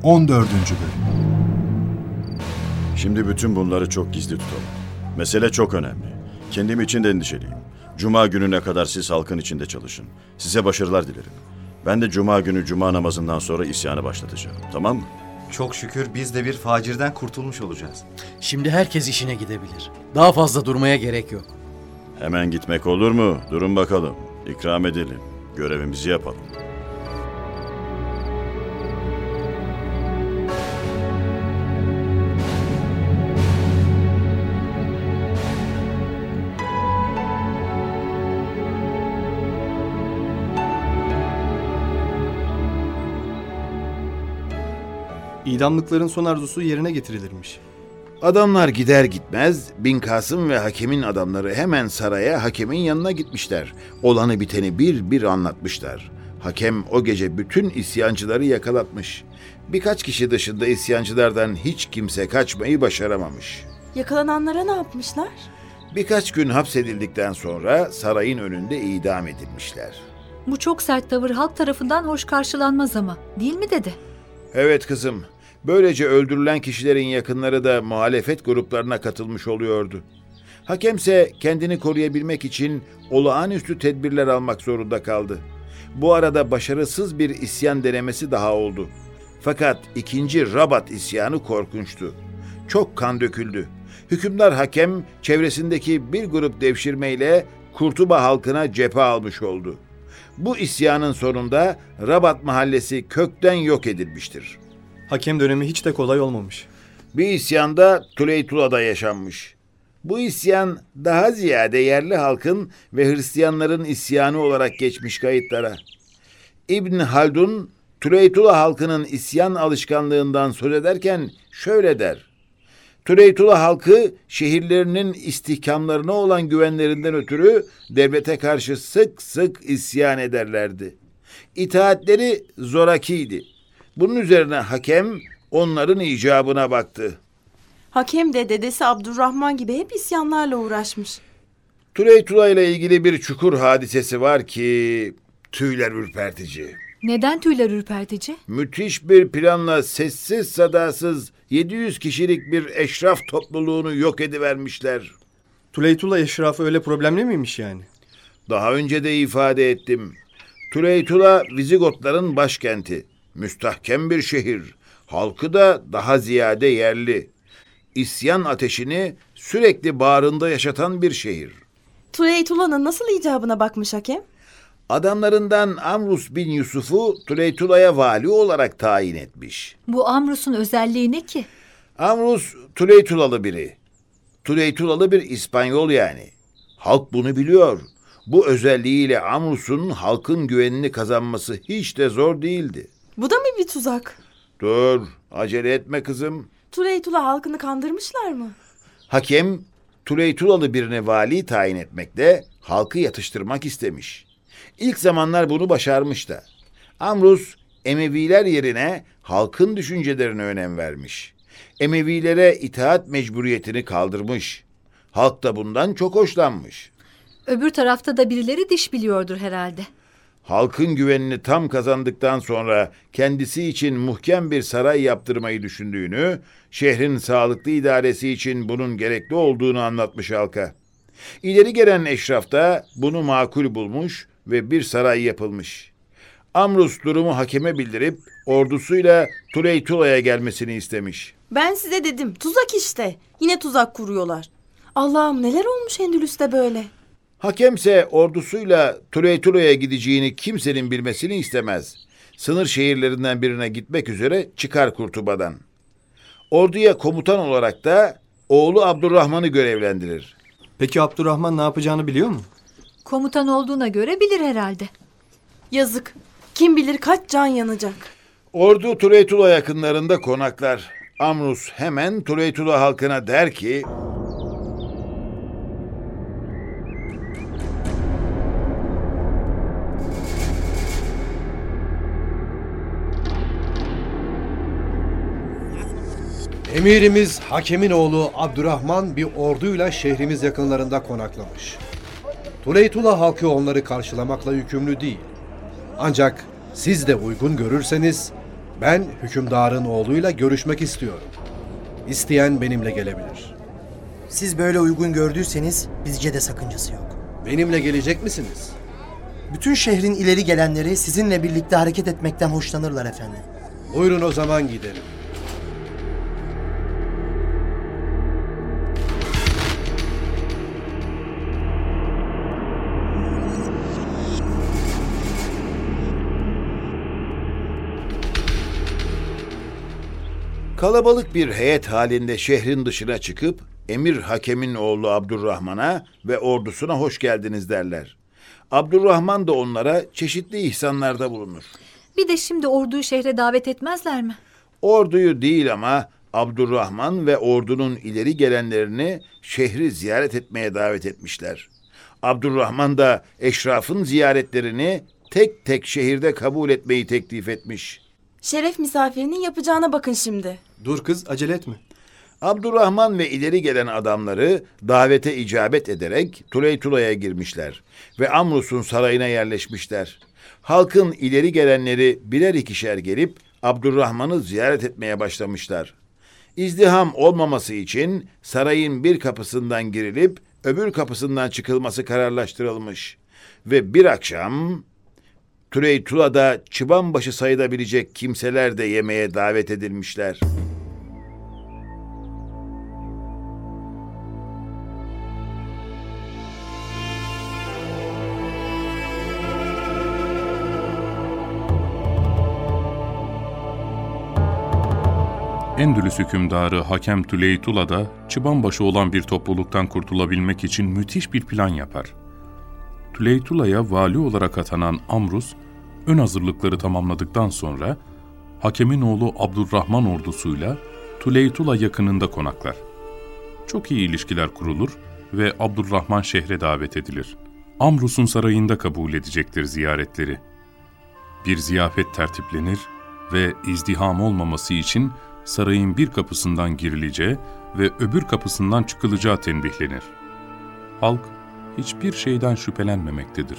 14. Bölüm. Şimdi bütün bunları çok gizli tutalım. Mesele çok önemli. Kendim için de endişeliyim. Cuma gününe kadar siz halkın içinde çalışın. Size başarılar dilerim. Ben de cuma günü cuma namazından sonra isyanı başlatacağım. Tamam mı? Çok şükür biz de bir facirden kurtulmuş olacağız. Şimdi herkes işine gidebilir. Daha fazla durmaya gerek yok. Hemen gitmek olur mu? Durun bakalım. İkram edelim. Görevimizi yapalım. İdamlıkların son arzusu yerine getirilirmiş. Adamlar gider gitmez Bin Kasım ve hakemin adamları hemen saraya hakemin yanına gitmişler. Olanı biteni bir bir anlatmışlar. Hakem o gece bütün isyancıları yakalatmış. Birkaç kişi dışında isyancılardan hiç kimse kaçmayı başaramamış. Yakalananlara ne yapmışlar? Birkaç gün hapsedildikten sonra sarayın önünde idam edilmişler. Bu çok sert tavır halk tarafından hoş karşılanmaz ama, değil mi dede? Evet kızım. Böylece öldürülen kişilerin yakınları da muhalefet gruplarına katılmış oluyordu. Hakemse kendini koruyabilmek için olağanüstü tedbirler almak zorunda kaldı. Bu arada başarısız bir isyan denemesi daha oldu. Fakat ikinci Rabat isyanı korkunçtu. Çok kan döküldü. Hükümdar hakem çevresindeki bir grup devşirmeyle Kurtuba halkına cephe almış oldu. Bu isyanın sonunda Rabat mahallesi kökten yok edilmiştir. Hakem dönemi hiç de kolay olmamış. Bir isyanda Tuleytula'da yaşanmış. Bu isyan daha ziyade yerli halkın ve Hristiyanların isyanı olarak geçmiş kayıtlara. İbn Haldun, Tuleytula halkının isyan alışkanlığından söz ederken şöyle der: Tuleytula halkı şehirlerinin istihkamlarına olan güvenlerinden ötürü devlete karşı sık sık isyan ederlerdi. İtaatleri zorakiydi. Bunun üzerine hakem onların icabına baktı. Hakem de dedesi Abdurrahman gibi hep isyanlarla uğraşmış. Tuleytula ile ilgili bir çukur hadisesi var ki tüyler ürpertici. Neden tüyler ürpertici? Müthiş bir planla sessiz sadasız 700 kişilik bir eşraf topluluğunu yok edivermişler. Tuleytula eşrafı öyle problemli miymiş yani? Daha önce de ifade ettim. Tuleytula Vizigotların başkenti. Müstahkem bir şehir. Halkı da daha ziyade yerli. İsyan ateşini sürekli bağrında yaşatan bir şehir. Tuleytula'nın nasıl icabına bakmış hakem? Adamlarından Amrus bin Yusuf'u Tuleytula'ya vali olarak tayin etmiş. Bu Amrus'un özelliği ne ki? Amrus Tuleytulalı biri. Tuleytulalı bir İspanyol yani. Halk bunu biliyor. Bu özelliğiyle Amrus'un halkın güvenini kazanması hiç de zor değildi. Bu da mı bir tuzak? Dur, acele etme kızım. Tuleytula halkını kandırmışlar mı? Hakem, Tuleytulalı birine vali tayin etmekle halkı yatıştırmak istemiş. İlk zamanlar bunu başarmış da. Amrus, Emeviler yerine halkın düşüncelerine önem vermiş. Emevilere itaat mecburiyetini kaldırmış. Halk da bundan çok hoşlanmış. Öbür tarafta da birileri diş biliyordur herhalde. Halkın güvenini tam kazandıktan sonra kendisi için muhkem bir saray yaptırmayı düşündüğünü, şehrin sağlıklı idaresi için bunun gerekli olduğunu anlatmış halka. İleri gelen eşraf da bunu makul bulmuş ve bir saray yapılmış. Amrus durumu hakeme bildirip ordusuyla Tuleytula'ya gelmesini istemiş. Ben size dedim, tuzak işte. Yine tuzak kuruyorlar. Allah'ım neler olmuş Endülüs'te böyle. Hakemse ordusuyla Tuleytula'ya gideceğini kimsenin bilmesini istemez. Sınır şehirlerinden birine gitmek üzere çıkar Kurtuba'dan. Orduya komutan olarak da oğlu Abdurrahman'ı görevlendirir. Peki Abdurrahman ne yapacağını biliyor mu? Komutan olduğuna göre bilir herhalde. Yazık. Kim bilir kaç can yanacak. Ordu Tuleytula yakınlarında konaklar. Amrus hemen Tuleytula halkına der ki... Emirimiz Hakem'in oğlu Abdurrahman bir orduyla şehrimiz yakınlarında konaklamış. Tuleytula halkı onları karşılamakla yükümlü değil. Ancak siz de uygun görürseniz Ben hükümdarın oğluyla görüşmek istiyorum. İsteyen benimle gelebilir. Siz böyle uygun gördüyseniz bizce de sakıncası yok. Benimle gelecek misiniz? Bütün şehrin ileri gelenleri sizinle birlikte hareket etmekten hoşlanırlar efendim. Buyurun o zaman gidelim. Kalabalık bir heyet halinde şehrin dışına çıkıp Emir Hakem'in oğlu Abdurrahman'a ve ordusuna hoş geldiniz derler. Abdurrahman da onlara çeşitli ihsanlarda bulunur. Bir de şimdi orduyu şehre davet etmezler mi? Orduyu değil ama Abdurrahman ve ordunun ileri gelenlerini şehri ziyaret etmeye davet etmişler. Abdurrahman da eşrafın ziyaretlerini tek tek şehirde kabul etmeyi teklif etmiş. Şeref misafirinin yapacağına bakın şimdi. Dur kız, acele etme. Abdurrahman ve ileri gelen adamları davete icabet ederek Tuleytula'ya girmişler ve Amrus'un sarayına yerleşmişler. Halkın ileri gelenleri birer ikişer gelip Abdurrahman'ı ziyaret etmeye başlamışlar. İzdiham olmaması için sarayın bir kapısından girilip öbür kapısından çıkılması kararlaştırılmış. Ve bir akşam Tuleytula'da çıbanbaşı sayılabilecek kimseler de yemeğe davet edilmişler. Endülüs hükümdarı Hakem Tüleytula da çıbanbaşı olan bir topluluktan kurtulabilmek için müthiş bir plan yapar. Tüleytula'ya vali olarak atanan Amrus, ön hazırlıkları tamamladıktan sonra Hakem'in oğlu Abdurrahman ordusuyla Tüleytula yakınında konaklar. Çok iyi ilişkiler kurulur ve Abdurrahman şehre davet edilir. Amrus'un sarayında kabul edecektir ziyaretleri. Bir ziyafet tertiplenir ve izdiham olmaması için sarayın bir kapısından girileceği ve öbür kapısından çıkılacağı tembihlenir. Halk hiçbir şeyden şüphelenmemektedir.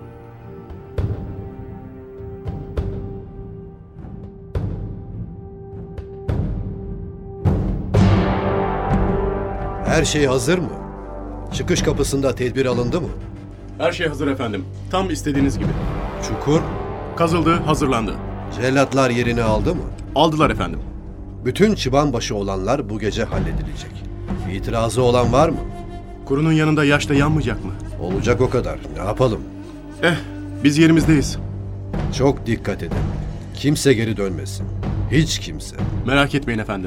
Her şey hazır mı? Çıkış kapısında tedbir alındı mı? Her şey hazır efendim. Tam istediğiniz gibi. Çukur, Kazıldı, hazırlandı. cellatlar yerini aldı mı? Aldılar efendim. Bütün çıbanbaşı olanlar bu gece halledilecek. İtirazı olan var mı? Kurunun yanında yaşta yanmayacak mı? Olacak o kadar. Ne yapalım? Biz yerimizdeyiz. Çok dikkat edin. Kimse geri dönmesin. Hiç kimse. Merak etmeyin efendim.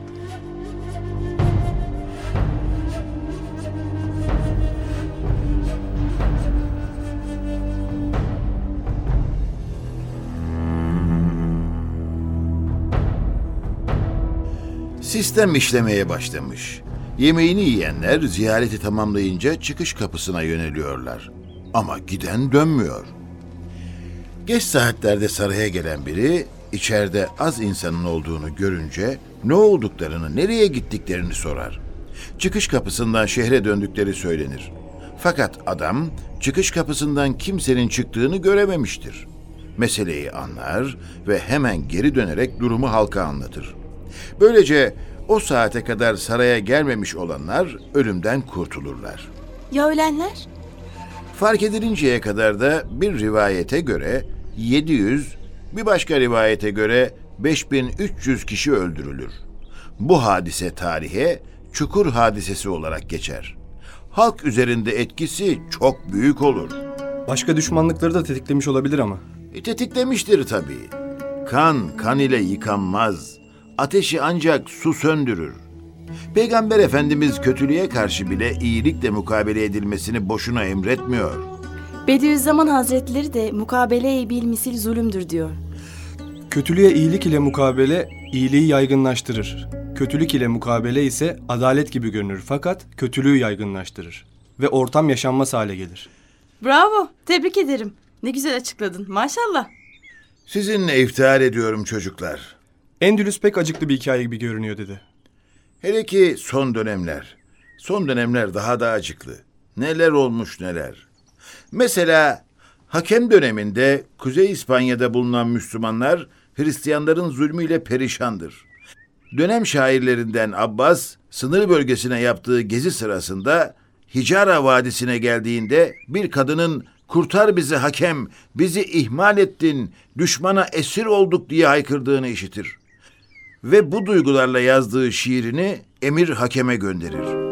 Sistem işlemeye başlamış. Yemeğini yiyenler ziyareti tamamlayınca çıkış kapısına yöneliyorlar. Ama giden dönmüyor. Geç saatlerde saraya gelen biri içeride az insanın olduğunu görünce ne olduklarını, nereye gittiklerini sorar. Çıkış kapısından şehre döndükleri söylenir. Fakat adam çıkış kapısından kimsenin çıktığını görememiştir. Meseleyi anlar ve hemen geri dönerek durumu halka anlatır. Böylece o saate kadar saraya gelmemiş olanlar ölümden kurtulurlar. Ya ölenler? Fark edilinceye kadar da bir rivayete göre 700, bir başka rivayete göre 5300 kişi öldürülür. Bu hadise tarihe Çukur hadisesi olarak geçer. Halk üzerinde etkisi çok büyük olur. Başka düşmanlıkları da tetiklemiş olabilir ama. Tetiklemiştir tabii. Kan ile yıkanmaz. Ateşi ancak su söndürür. Peygamber Efendimiz kötülüğe karşı bile iyilikle mukabele edilmesini boşuna emretmiyor. Bediüzzaman Hazretleri de mukabele-i bil misil zulümdür diyor. Kötülüğe iyilik ile mukabele, iyiliği yaygınlaştırır. Kötülük ile mukabele ise adalet gibi görünür fakat kötülüğü yaygınlaştırır. Ve ortam yaşanmaz hale gelir. Bravo, tebrik ederim. Ne güzel açıkladın, maşallah. Sizinle iftihar ediyorum çocuklar. Endülüs pek acıklı bir hikaye gibi görünüyor dedi. Hele ki son dönemler. Son dönemler daha da acıklı. Neler olmuş neler. Mesela Hakem döneminde Kuzey İspanya'da bulunan Müslümanlar Hristiyanların zulmüyle perişandır. Dönem şairlerinden Abbas, sınır bölgesine yaptığı gezi sırasında Hicara Vadisi'ne geldiğinde bir kadının "Kurtar bizi hakem, bizi ihmal ettin, düşmana esir olduk" diye haykırdığını işitir. Ve bu duygularla yazdığı şiirini Emir Hakem'e gönderir.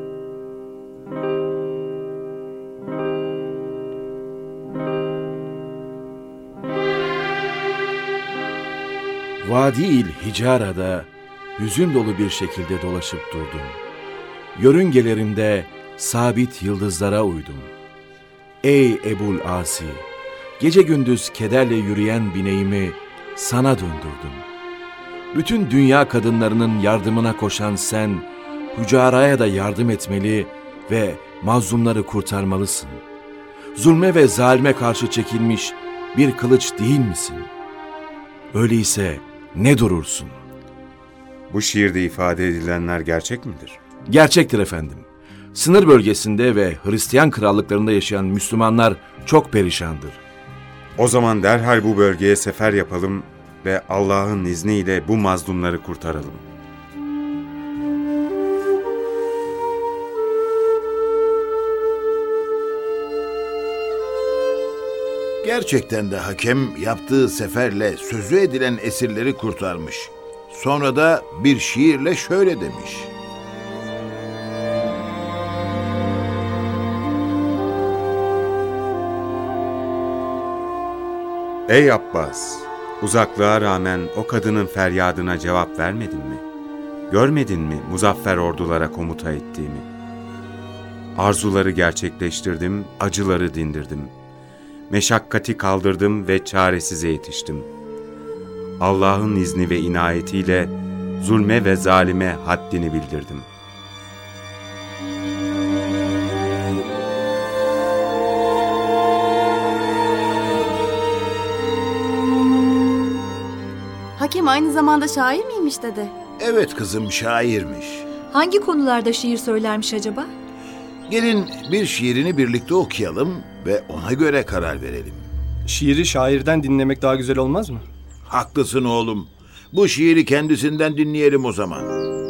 Vadi-il Hicara'da hüzün dolu bir şekilde dolaşıp durdum. Yörüngelerimde sabit yıldızlara uydum. Ey Ebul Asi, gece gündüz kederle yürüyen bineğimi sana döndürdüm. Bütün dünya kadınlarının yardımına koşan sen, Hücara'ya da yardım etmeli ve mazlumları kurtarmalısın. Zulme ve zalime karşı çekilmiş bir kılıç değil misin? Öyleyse ne durursun? Bu şiirde ifade edilenler gerçek midir? Gerçektir efendim. Sınır bölgesinde ve Hristiyan krallıklarında yaşayan Müslümanlar çok perişandır. O zaman derhal bu bölgeye sefer yapalım ve Allah'ın izniyle bu mazlumları kurtaralım. Gerçekten de hakem yaptığı seferle sözü edilen esirleri kurtarmış. Sonra da bir şiirle şöyle demiş: Ey Abbas! Uzaklığa rağmen o kadının feryadına cevap vermedin mi? Görmedin mi muzaffer ordulara komuta ettiğimi? Arzuları gerçekleştirdim, acıları dindirdim. Meşakkati kaldırdım ve çaresize yetiştim. Allah'ın izni ve inayetiyle zulme ve zalime haddini bildirdim. Hakem aynı zamanda şair miymiş dede? Evet kızım, şairmiş. Hangi konularda şiir söylermiş acaba? Gelin bir şiirini birlikte okuyalım ve ona göre karar verelim. Şiiri şairden dinlemek daha güzel olmaz mı? Haklısın oğlum. Bu şiiri kendisinden dinleyelim o zaman.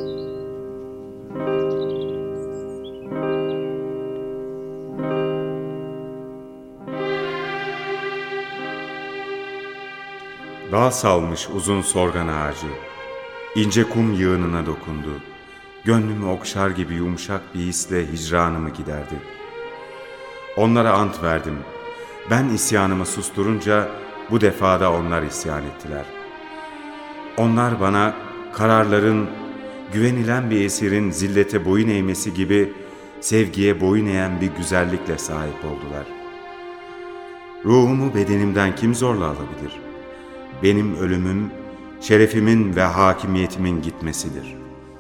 Dağ salmış uzun sorgan ağacı, ince kum yığınına dokundu. Gönlümü okşar gibi yumuşak bir hisle hicranımı giderdi. Onlara ant verdim. Ben isyanımı susturunca bu defada onlar isyan ettiler. Onlar bana kararların, güvenilen bir esirin zillete boyun eğmesi gibi sevgiye boyun eğen bir güzellikle sahip oldular. Ruhumu bedenimden kim zorla alabilir? Benim ölümüm, şerefimin ve hakimiyetimin gitmesidir.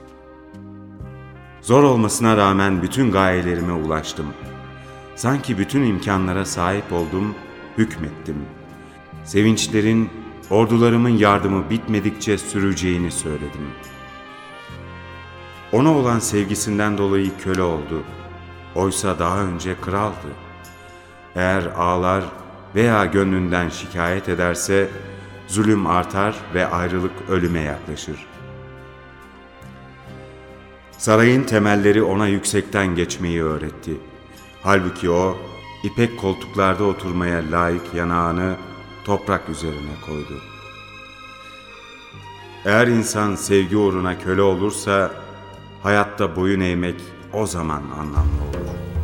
Zor olmasına rağmen bütün gayelerime ulaştım. Sanki bütün imkanlara sahip oldum, hükmettim. Sevinçlerin, ordularımın yardımı bitmedikçe süreceğini söyledim. Ona olan sevgisinden dolayı köle oldu. Oysa daha önce kraldı. Eğer ağlar veya gönlünden şikayet ederse, zulüm artar ve ayrılık ölüme yaklaşır. Sarayın temelleri ona yüksekten geçmeyi öğretti. Halbuki o, ipek koltuklarda oturmaya layık yanağını toprak üzerine koydu. Eğer insan sevgi uğruna köle olursa, hayatta boyun eğmek o zaman anlamlı olur.